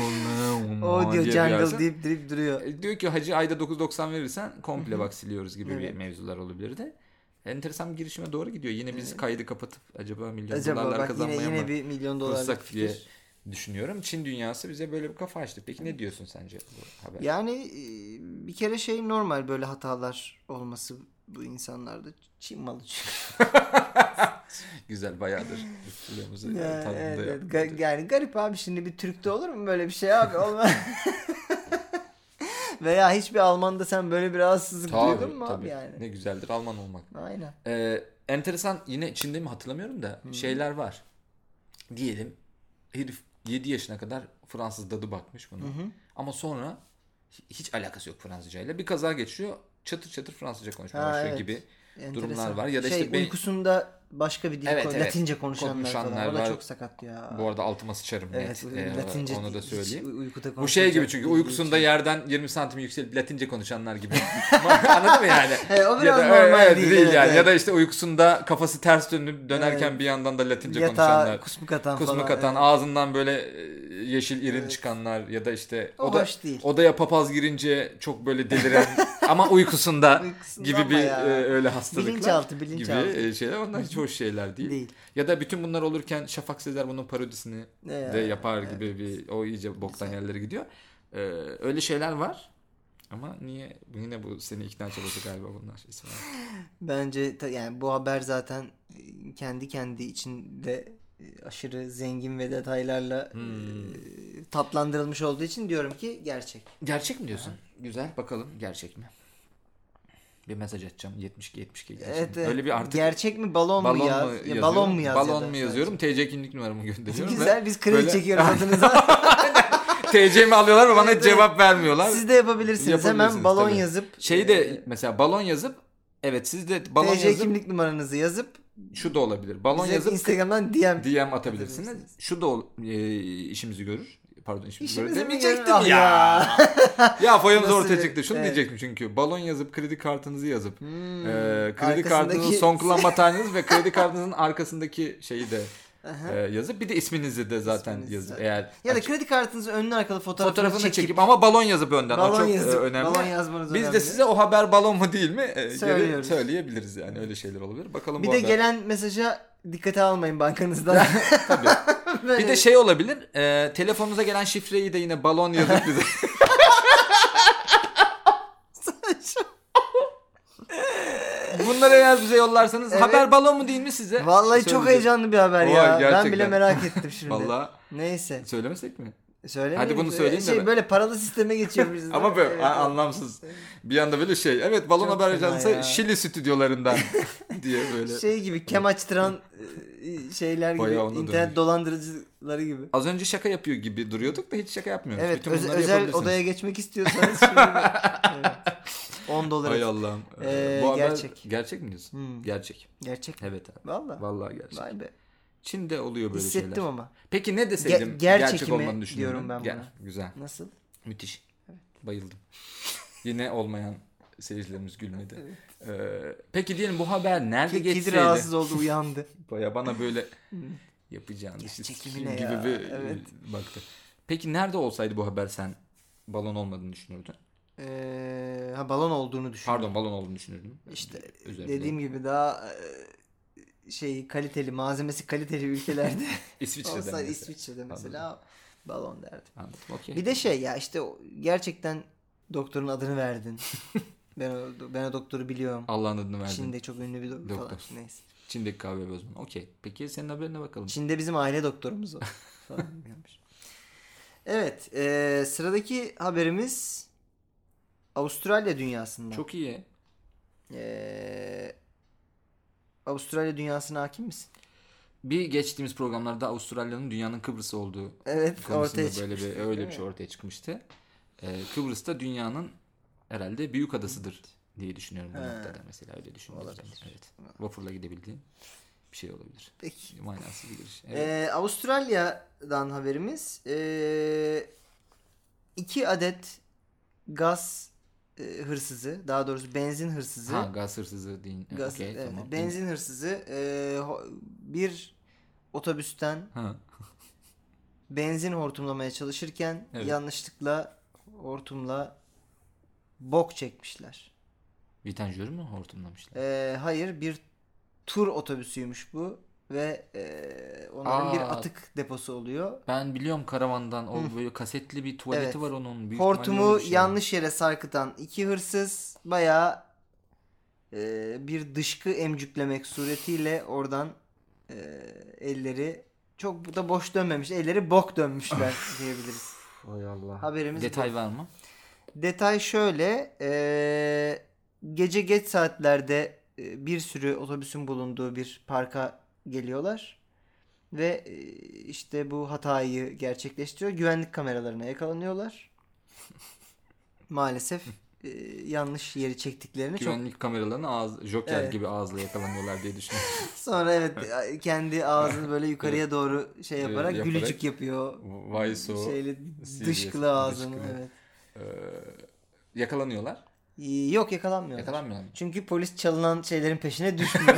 diyor diye jungle duyarsın. deyip deyip duruyor. E, Diyor ki hacı ayda dokuz doksan verirsen komple Hı hı. bak siliyoruz gibi Evet. bir mevzular olabilirdi. Enteresan bir girişime doğru gidiyor. Yine biz kaydı kapatıp acaba milyon Acaba dolarlar bak kazanmaya yine yine mı bir milyon dolarlık kursak fikir. diye düşünüyorum. Çin dünyası bize böyle bir kafa açtı. Peki ne diyorsun sence bu haber? Yani e, bir kere şey normal böyle hatalar olması bu insanlarda. Çin malı çünkü. Güzel, bayağıdır videomuzu Ya, tadında evet, evet. yapmadık. Ga- yani garip abi, şimdi bir Türk'te olur mu böyle bir şey abi? Olmaz. Veya hiçbir Alman'da sen böyle bir rahatsızlık Tabii, duydun mu tabii. abi yani? Ne güzeldir Alman olmak. Aynen. Ee, enteresan, yine Çin'de mi hatırlamıyorum da şeyler var. Diyelim herif yedi yaşına kadar Fransız dadı bakmış buna. Hı hı. Ama sonra hiç alakası yok Fransızcayla. Bir kaza geçiyor. Çatır çatır Fransızca konuşmaya Ha, başlıyor evet. gibi Enteresan. durumlar var. Ya da şey, işte ben- uykusunda başka bir dil Evet, kon- evet. Latince konuşanlar, Konuşanlar falan. O da var. çok sakat ya. bu arada altıma sıçarım Evet, net. Ee, Latince onu da hiç söyleyeyim. uykuda Bu şey gibi konuşulacak çünkü dil uykusunda değil. yerden yirmi santim yükselip Latince konuşanlar gibi. Anladın mı yani? He, o Ya biraz da normal evet, değil. değil evet, yani. evet. Ya da işte uykusunda kafası ters dönüp dönerken Evet. bir yandan da Latince Yatağa konuşanlar. kusmuk atan Kusmuk falan. atan, evet. ağzından böyle e, yeşil irin Evet. çıkanlar ya da işte O o da hoş değil. odaya papaz girince çok böyle deliren ama uykusunda Uykusunda gibi ama bir ya. e, öyle hastalıklar Bilinçaltı, bilinçaltı. gibi e, şeyler, onlar hiç hoş şeyler değil. Değil. Ya da bütün bunlar olurken Şafak Sezer bunun parodisini Evet, de yapar evet. gibi bir, o iyice boktan Güzel. yerlere gidiyor. Ee, öyle şeyler var. Ama niye yine bu seni ikna çabası galiba bunlar. İsmail. Bence ta- yani bu haber zaten e, kendi kendi içinde e, aşırı zengin ve detaylarla Hmm. e, tatlandırılmış olduğu için diyorum ki gerçek. Gerçek mi diyorsun? Güzel, bakalım gerçek mi? Bir mesaj atacağım. yetmiş iki yetmiş iki gelsin. Evet, evet. Öyle bir artık gerçek mi balon, balon mu yaz? mu Ya, yazıyorum? balon mu yaz? Balon ya mu da yazıyorum? sadece? T C kimlik numaramı gönderiyorum. Güzel, biz kredi böyle... çekiyoruz adınıza. T C'mi alıyorlar ve bana Evet, cevap vermiyorlar. Siz de yapabilirsiniz. Yapabilirsiniz Hemen balon tabii. yazıp. Şeyi de e, mesela balon yazıp evet siz de balon T C yazıp kimlik numaranızı yazıp şu da olabilir. Balon bize yazıp Instagram'dan D M D M atabilirsiniz. atabilirsiniz. Şu da ol, e, işimizi görür. Pardon işimizi, İşimizi görür mi demeyecektim görür? Ah ya. ya. Ya foyamız Nasıl ortaya bir- çıktı. Şunu evet. diyecektim çünkü. Balon yazıp kredi kartınızı yazıp Hmm, e, kredi arkasındaki- kartınızın son kullanma tarihiniz ve kredi kartınızın arkasındaki şeyi de Aha. e, yazıp bir de isminizi de zaten İsminizi yazıp zaten. eğer Ya da açık- kredi kartınızın önlü arkalı fotoğrafını, fotoğrafını çekip, çekip, ama balon yazıp önden. balon o çok e, yazıp, önemli. balon yazmanız Biz önemli. de size o haber balon mu değil mi e, geri Söylüyoruz. söyleyebiliriz yani öyle şeyler olabilir. Bakalım bir bu de haber. gelen mesaja dikkate almayın bankanızdan. Tabii. Böyle- Bir de şey olabilir. E, telefonunuza gelen şifreyi de yine balon yazıp bize. Bunları eğer bize yollarsanız Evet. haber balon mu değil mi size? Vallahi çok Söyleyeceğiz. heyecanlı bir haber Vay, ya. Ben gerçekten. bile merak ettim şimdi. Vallahi Neyse. söylemesek mi? Söylemeyelim. Hadi bunu söyleyeyim de şey, ben. böyle paralı sisteme geçiyoruz. Ama böyle Evet, a- evet. anlamsız. Bir anda böyle şey. Evet balon Çok haber fena ajansı ya. Şili stüdyolarından diye böyle. Şey gibi kem açtıran e, şeyler gibi. Bayağı ona internet dönmüş. dolandırıcıları gibi. Az önce şaka yapıyor gibi duruyorduk da hiç şaka yapmıyoruz. Evet, Bütün öz- bunları özel yapabilirsiniz. odaya geçmek istiyorsanız şimdi evet. on dolar. Hay Allah'ım. Ee, Bu haber gerçek. gerçek mi diyorsun? Hmm. Gerçek. Gerçek. Evet abi. Valla. Vallahi gerçek. Vay be. Çin'de oluyor böyle Hissettim şeyler. ama. Peki ne deseydim Ge- gerçek gerçekimi olmanı düşünüyorum. diyorum ben buna. Güzel. Nasıl? Müthiş. Bayıldım. Yine olmayan seyircilerimiz gülmedi. Ee, peki diyelim bu haber nerede Kedi geçseydi? rahatsız oldu, uyandı. Baya bana böyle yapacağın işi Gerçekimi sikeyim ne gibi ya? bir Evet. baktı. Peki nerede olsaydı bu haber sen balon olmadığını düşünürdün? Ee, ha balon olduğunu düşün. Pardon balon olduğunu düşünürdüm. İşte Özür dilerim. dediğim gibi daha e, şey kaliteli, malzemesi kaliteli ülkelerde İsviçre'de olsaydı mesela. İsviçre'de mesela balon derdim. Anladım. Okey. Bir de şey ya işte o- gerçekten doktorun adını verdin. ben o, ben o doktoru biliyorum. Allah'ın adını verdin. Çin'de çok ünlü bir doktor, Doktor. falan. Neyse. Çin'deki kahve bozma. Okey. Peki senin haberine bakalım. Çin'de bizim aile doktorumuz var. Falan diyormuş. Evet, e, sıradaki haberimiz Avustralya dünyasından. Çok iyi. E, Avustralya dünyasına hakim misin? Bir geçtiğimiz programlarda Avustralya'nın dünyanın Kıbrıs'ı olduğu Evet, konusunda ortaya çıkmış. böyle bir öyle bir şey ortaya çıkmıştı. Ee, Kıbrıs da dünyanın herhalde büyük adasıdır diye düşünüyorum bu He. noktada mesela öyle düşünüyorum. Olabilir. Evet. Vapurla gidebildiğin bir şey olabilir. Peki. Manasız bir giriş. Evet. Ee, Avustralya'dan haberimiz. Ee, iki adet gaz e, hırsızı, daha doğrusu benzin hırsızı. ha gaz hırsızı değil. Gaz, Okey, evet, tamam. benzin hırsızı e, ho- bir otobüsten Ha. benzin hortumlamaya çalışırken Evet. yanlışlıkla hortumla bok çekmişler. Vitanjörü mü hortumlamışlar? Ee, hayır, bir tur otobüsüymüş bu ve e, onların Aa. bir atık deposu oluyor. Ben biliyorum karavandan o Hı. böyle kasetli bir tuvaleti Evet. var onun. Büyük ihtimalle Hortumu öyle bir şey. yanlış yere sarkıtan iki hırsız bayağı e, bir dışkı emcüklemek suretiyle oradan e, elleri çok da boş dönmemiş. Elleri bok dönmüşler diyebiliriz. Hay Allah. Haberimiz Detay bu. var mı? Detay şöyle. e, gece geç saatlerde e, bir sürü otobüsün bulunduğu bir parka geliyorlar. Ve e, işte bu hatayı gerçekleştiriyor. Güvenlik kameralarına yakalanıyorlar. Maalesef e, yanlış yeri çektiklerini çok... Güvenlik kameralarına ağız, Joker Evet. gibi ağızla yakalanıyorlar diye düşünüyorum. Sonra evet kendi ağzını böyle yukarıya doğru şey Evet, yaparak, yaparak. gülücük yapıyor. Why so Şeyli serious, dışkılı ağzını. dışkılı. Evet. Ee, yakalanıyorlar. Ee, Yok, yakalanmıyorlar. Yakalanmıyorlar mı? Çünkü polis çalınan şeylerin peşine düşmüyor.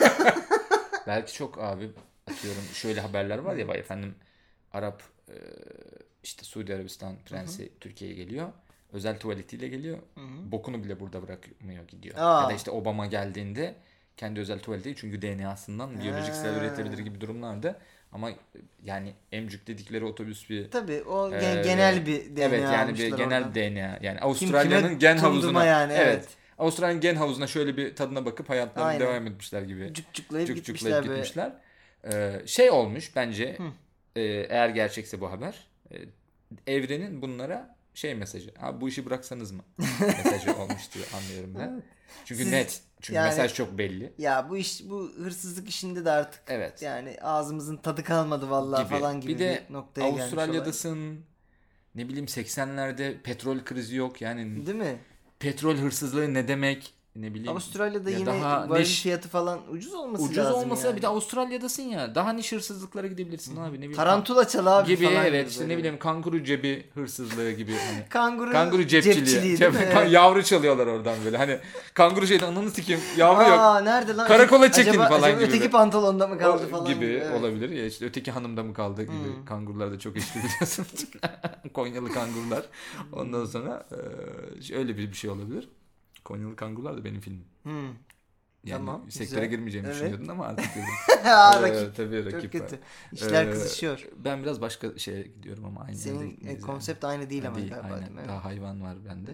Belki çok abi atıyorum şöyle haberler var ya vay efendim Arap e, işte Suudi Arabistan prensi Türkiye'ye geliyor. Özel tuvaletiyle geliyor. Hı-hı. Bokunu bile burada bırakmıyor gidiyor. Aa. Ya da işte Obama geldiğinde kendi özel tuvaleti çünkü D N A'sından biyolojik sel Ha. üretebilir gibi durumlarda ama yani emcük dedikleri otobüs bir Tabii o Ee, gen- genel bir D N A evet yani bir almışlar genel oradan. D N A yani Kim Avustralya'nın kime gen tunduma havuzuna yani, evet. Avustralya'nın gen havuzuna şöyle bir tadına bakıp hayatlarına Aynen. devam etmişler gibi. Cukcuklayıp Cuk gitmişler cuklayıp böyle. gitmişler. Ee, şey olmuş bence Hı. e, eğer gerçekse bu haber e, evrenin bunlara şey mesajı. Abi bu işi bıraksanız mı? Mesajı olmuş diye anlıyorum ben. Çünkü Siz, net. Çünkü yani, mesaj çok belli. Ya bu iş bu hırsızlık işinde de artık evet. yani ağzımızın tadı kalmadı vallahi gibi. falan gibi bir, bir noktaya gelmiş. Avustralya'dasın. Ne bileyim seksenlerde petrol krizi yok yani. Değil mi? Petrol hırsızlığı ne demek? Ne bileyim. Avustralya'da yine varil niş, fiyatı falan ucuz olması ucuz lazım olmasa yani. Bir de Avustralya'dasın ya. Daha niş hırsızlıklara gidebilirsin abi. Ne bileyim. Tarantula çal abi gibi, falan. Evet işte ne bileyim kanguru cebi hırsızlığı gibi. Hani. kanguru, kanguru cepçiliği. cepçiliği Cep, evet. Yavru çalıyorlar oradan böyle. Hani kanguru şeyden ananı sikeyim. Yavru Aa, yok. nerede lan? Karakola çekin acaba, falan acaba gibi. Öteki pantolonda mı kaldı o, falan gibi. gibi. Evet. Olabilir ya işte öteki hanımda mı kaldı gibi. Hmm. Kangurular da çok eşli biliyorsun. Konyalı kangurular. Ondan sonra e, öyle bir, bir şey olabilir. Konyalı kangurular da benim filmim. Hmm. Yani tamam, sektöre güzel. girmeyeceğimi evet. düşünüyordun ama artık girdim. Aa, rakip. Ee, tabii rakip çok kötü. var. İşler ee, kızışıyor. Ben biraz başka şeye gidiyorum ama aynı senin yerde. konsept yani. aynı değil ama değil, galiba aynen. değil mi? Daha hayvan var bende.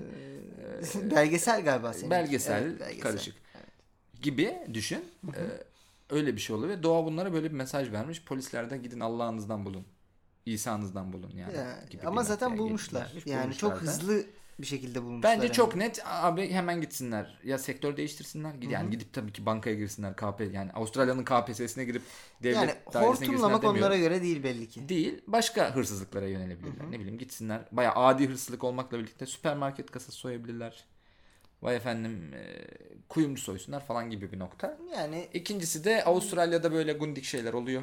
Ee, belgesel galiba senin. Belgesel, evet, belgesel. karışık. Evet. Gibi düşün. Ee, öyle bir şey oluyor ve doğa bunlara böyle bir mesaj vermiş. Polisler de gidin Allah'ınızdan bulun. İsa'nızdan bulun yani. Ya, gibi ama zaten bulmuşlar. Gelmiş, yani bulmuşlar çok da. hızlı bir şekilde bulmuşlar. Bence yani. çok net abi hemen gitsinler. Ya sektör değiştirsinler. Hı-hı. Yani gidip tabii ki bankaya girsinler. K P yani Avustralya'nın K P S S'ine girip devlet yani dairesine girsinler demiyorum. Yani hortumlamak onlara göre değil belli ki. Değil. Başka hırsızlıklara yönelebilirler. Hı-hı. Ne bileyim gitsinler. Bayağı adi hırsızlık olmakla birlikte süpermarket kasası soyabilirler. Vay efendim e, kuyumcu soysunlar falan gibi bir nokta. Yani İkincisi de Avustralya'da böyle gundik şeyler oluyor.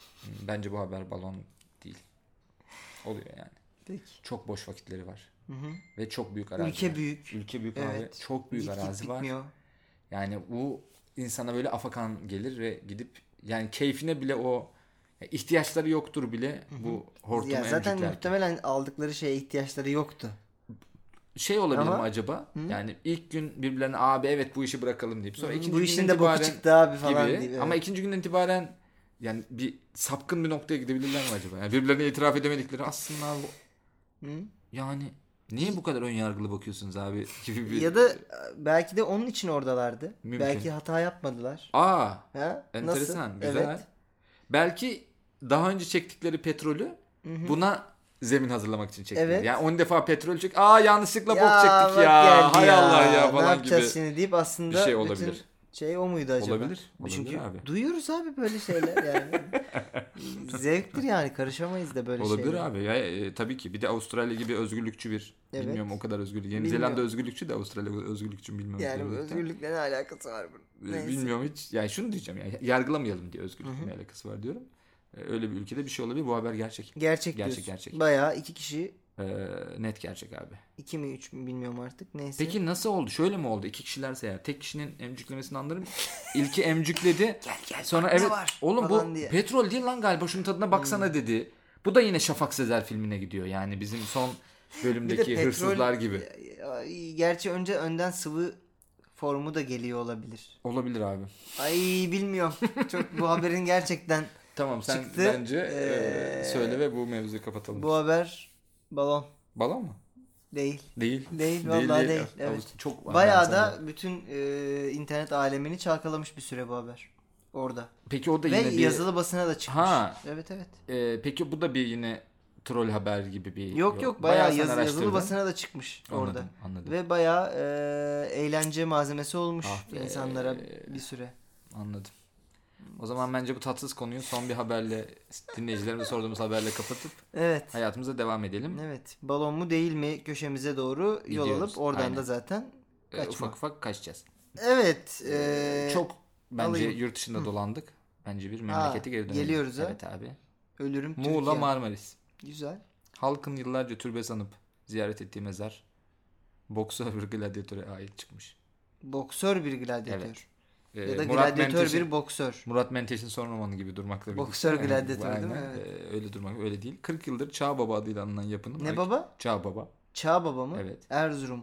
Bence bu haber balon değil. Oluyor yani. Peki. Çok boş vakitleri var. Hı hı. Ve çok büyük arazi Ülke var. büyük. Ülke büyük evet. abi. Çok büyük git, arazi git, var. Bitmiyor. Yani bu insana böyle afakan gelir ve gidip yani keyfine bile o ihtiyaçları yoktur bile hı-hı. Bu hortumu ya zaten emciklerken. Muhtemelen aldıkları şeye ihtiyaçları yoktu. Şey olabilir Ama, mi acaba? Hı? Yani ilk gün birbirlerine abi evet bu işi bırakalım deyip sonra hı, ikinci bu işin de boku çıktı abi falan gibi. Evet. Ama ikinci günden itibaren yani bir sapkın bir noktaya gidebilirler mi acaba? Yani birbirlerine itiraf edemedikleri aslında bu hı? Yani niye bu kadar ön yargılı bakıyorsunuz abi gibi bir... Ya da belki de onun için oradalardı. Mümkün. Belki hata yapmadılar. Aa. Ha? Enteresan. Nasıl? Güzel. Evet. Belki daha önce çektikleri petrolü Hı-hı. buna zemin hazırlamak için çektiler. Evet. Yani on defa petrol çek. Aa yanlışlıkla ya, bok çektik ya. Hay ya. Allah ya falan ne yapacağız gibi. şimdi deyip aslında bir şey olabilir. Bütün şey o muydu acaba? Olabilir. Olabilir Çünkü abi. duyuyoruz abi böyle şeyler yani. Zevktir yani karışamayız da böyle olabilir şeyler. Olabilir abi. Ya, e, tabii ki. Bir de Avustralya gibi özgürlükçü bir. Evet. Bilmiyorum o kadar özgürlük. Yeni Bilmiyorum. Zelanda özgürlükçü de Avustralya özgürlükçü mü bilmiyorum. Yani özgürlükle ne alakası var bunun? Neyse. Bilmiyorum hiç. Yani şunu diyeceğim yani yargılamayalım diye özgürlükle ne alakası var diyorum. Öyle bir ülkede bir şey olabilir. Bu haber gerçek. Gerçek Gerçek gerçek. Bayağı iki kişi. Ee, net gerçek abi. İki mi üç mü bilmiyorum artık. Neyse. Peki nasıl oldu? Şöyle mi oldu? İki kişilerse eğer. Tek kişinin emcüklemesini anlarım. İlki emcükledi. gel gel. Sonra evet. Var, oğlum bu diye. Petrol değil lan galiba. Şunun tadına baksana hmm. dedi. Bu da yine Şafak Sezer filmine gidiyor. Yani bizim son bölümdeki petrol, hırsızlar gibi. Gerçi önce önden sıvı formu da geliyor olabilir. Olabilir abi. Ay bilmiyorum. Çok bu haberin gerçekten tamam sen çıktı. bence ee, söyle ve bu mevzuyu kapatalım. Bu haber balon. Balon mu? Değil. Değil. Değil vallahi değil. değil. Evet. Çok bayağı da bütün e, internet alemini çalkalamış bir süre bu haber. Orada. Peki o da ve yine bir... yazılı basına da çıkmış. Ha. Evet evet. Ee, peki bu da bir yine troll haber gibi bir... Yok yok, yok bayağı, bayağı yaz, yazılı basına da çıkmış anladım, orada. Anladım. Ve bayağı e, eğlence malzemesi olmuş ah be. insanlara bir süre. Anladım. O zaman bence bu tatsız konuyu son bir haberle dinleyicilerimize sorduğumuz haberle kapatıp evet. hayatımıza devam edelim. Evet. Balon mu değil mi köşemize doğru yol Gidiyoruz. alıp oradan Aynen. da zaten kaçma. Ufak ufak kaçacağız. Evet. E, Çok bence alayım. yurt dışında Hı. dolandık. Bence bir memlekete Aa, geri dönelim. Geliyoruz ha. Evet abi. Ölürüm Muğla Türkiye. Marmaris. Güzel. Halkın yıllarca türbe sanıp ziyaret ettiği mezar boksör bir gladyatöre ait çıkmış. Boksör bir gladyatör. Evet. Murat Ya da gladyatör Menteş'in, bir boksör. Murat Menteş'in son romanı gibi durmakla birlikte. Boksör gladyatör yani, değil mi? Evet. E, öyle durmak öyle değil. kırk yıldır Çağ Baba adıyla anılan yapının. Ne baba? Çağ Baba. Çağ Baba mı? Evet. Erzurum.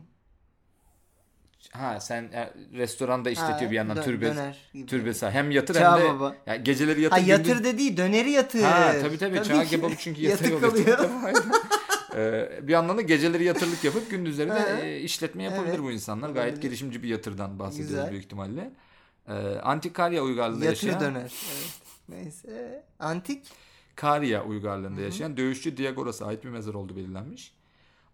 Ha sen e, restoranda işletiyor ha, bir yandan dön, türbe. Döner gibi. Türbesi. Hem yatır Çağ hem de Baba. Ya, geceleri yatır. Ha yatır gündüz... dediği döneri yatır. Ha tabii tabii. tabii Çağ kebabı çünkü yatır oluyor. Ee, bir yandan da geceleri yatırlık yapıp gündüzleri de e, işletme yapabilir evet. bu insanlar. Gayet olabilir. Girişimci bir yatırdan bahsediyoruz Güzel. büyük ihtimalle. Ee, Antik Karya uygarlığında Yatır yaşayan... döner. Evet. Neyse. Antik? Karya uygarlığında Hı-hı. yaşayan dövüşçü Diagoras ait bir mezar olduğu belirlenmiş.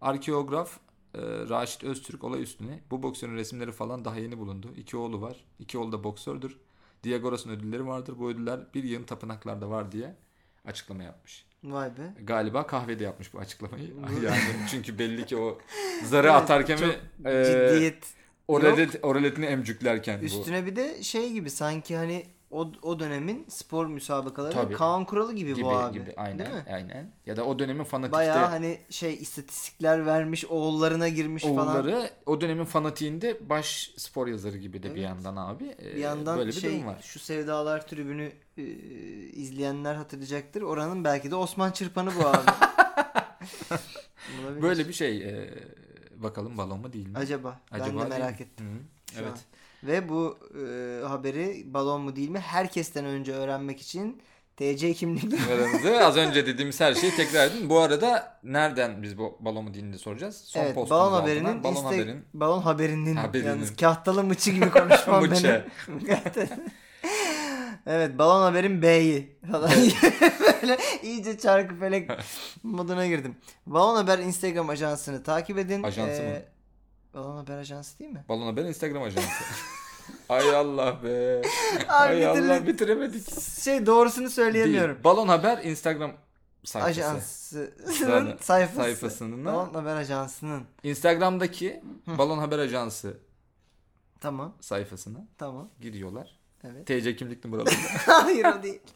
Arkeograf e, Raşit Öztürk olay üstüne. Bu boksörün resimleri falan daha yeni bulundu. İki oğlu var. İki oğlu da boksördür. Diagoras'ın ödülleri vardır. Bu ödüller bir yığın tapınaklarda var diye açıklama yapmış. Vay be. Galiba kahvede yapmış bu açıklamayı. Yani çünkü belli ki o zarı atarken Çok ve ciddiyet e, o, relet, o reletini emcüklerken. Üstüne bu. bir de şey gibi sanki hani o, o dönemin spor müsabakaları Tabii. Kaan Kuralı gibi, gibi bu abi. gibi aynen Değil mi? aynen. Ya da o dönemin fanatikte bayağı hani şey istatistikler vermiş, oğullarına girmiş falan. oğulları o dönemin fanatiğinde baş spor yazarı gibi de Evet. bir yandan abi. Ee, Bir yandan böyle bir şey durum var. şu Sevdalar Tribünü e, izleyenler hatırlayacaktır. Oranın belki de Osman Çırpan'ı bu abi. Olabilir. Böyle bir şey. E, bakalım balon mu değil mi? Acaba. Acaba ben de merak değil mi? ettim. Hı-hı. Şu Evet. an. Ve bu e, haberi balon mu değil mi herkesten önce öğrenmek için T C kimlikle Numaramızı az önce dediğimiz her şeyi tekrar edin. Bu arada nereden biz bu balon mu dinini soracağız? Son evet, postumuz balon altına. haberinin balon Insta- haberin balon haberinin, Haberinin. yalnız kahtalı mıçı gibi konuşmam Mıçı. benim. Evet, balon haberin B'yi falan. Böyle iyice çarkı felek moduna girdim. Balon Haber Instagram ajansını takip edin. Ajansı Ee, mı? Balon Haber ajansı değil mi? Balon haber Instagram ajansı. Ay Allah be. Abi Ay Allah bitirdik. bitiremedik. Şey doğrusunu söyleyemiyorum. Değil. Balon haber Instagram sayfası. Ajansının sayfası. Sayfasının. Balon Haber Ajansı'nın. Instagram'daki Balon Haber Ajansı Tamam. sayfasına Tamam. giriyorlar. Evet. T C kimlik numaralarını Hayır, o değil.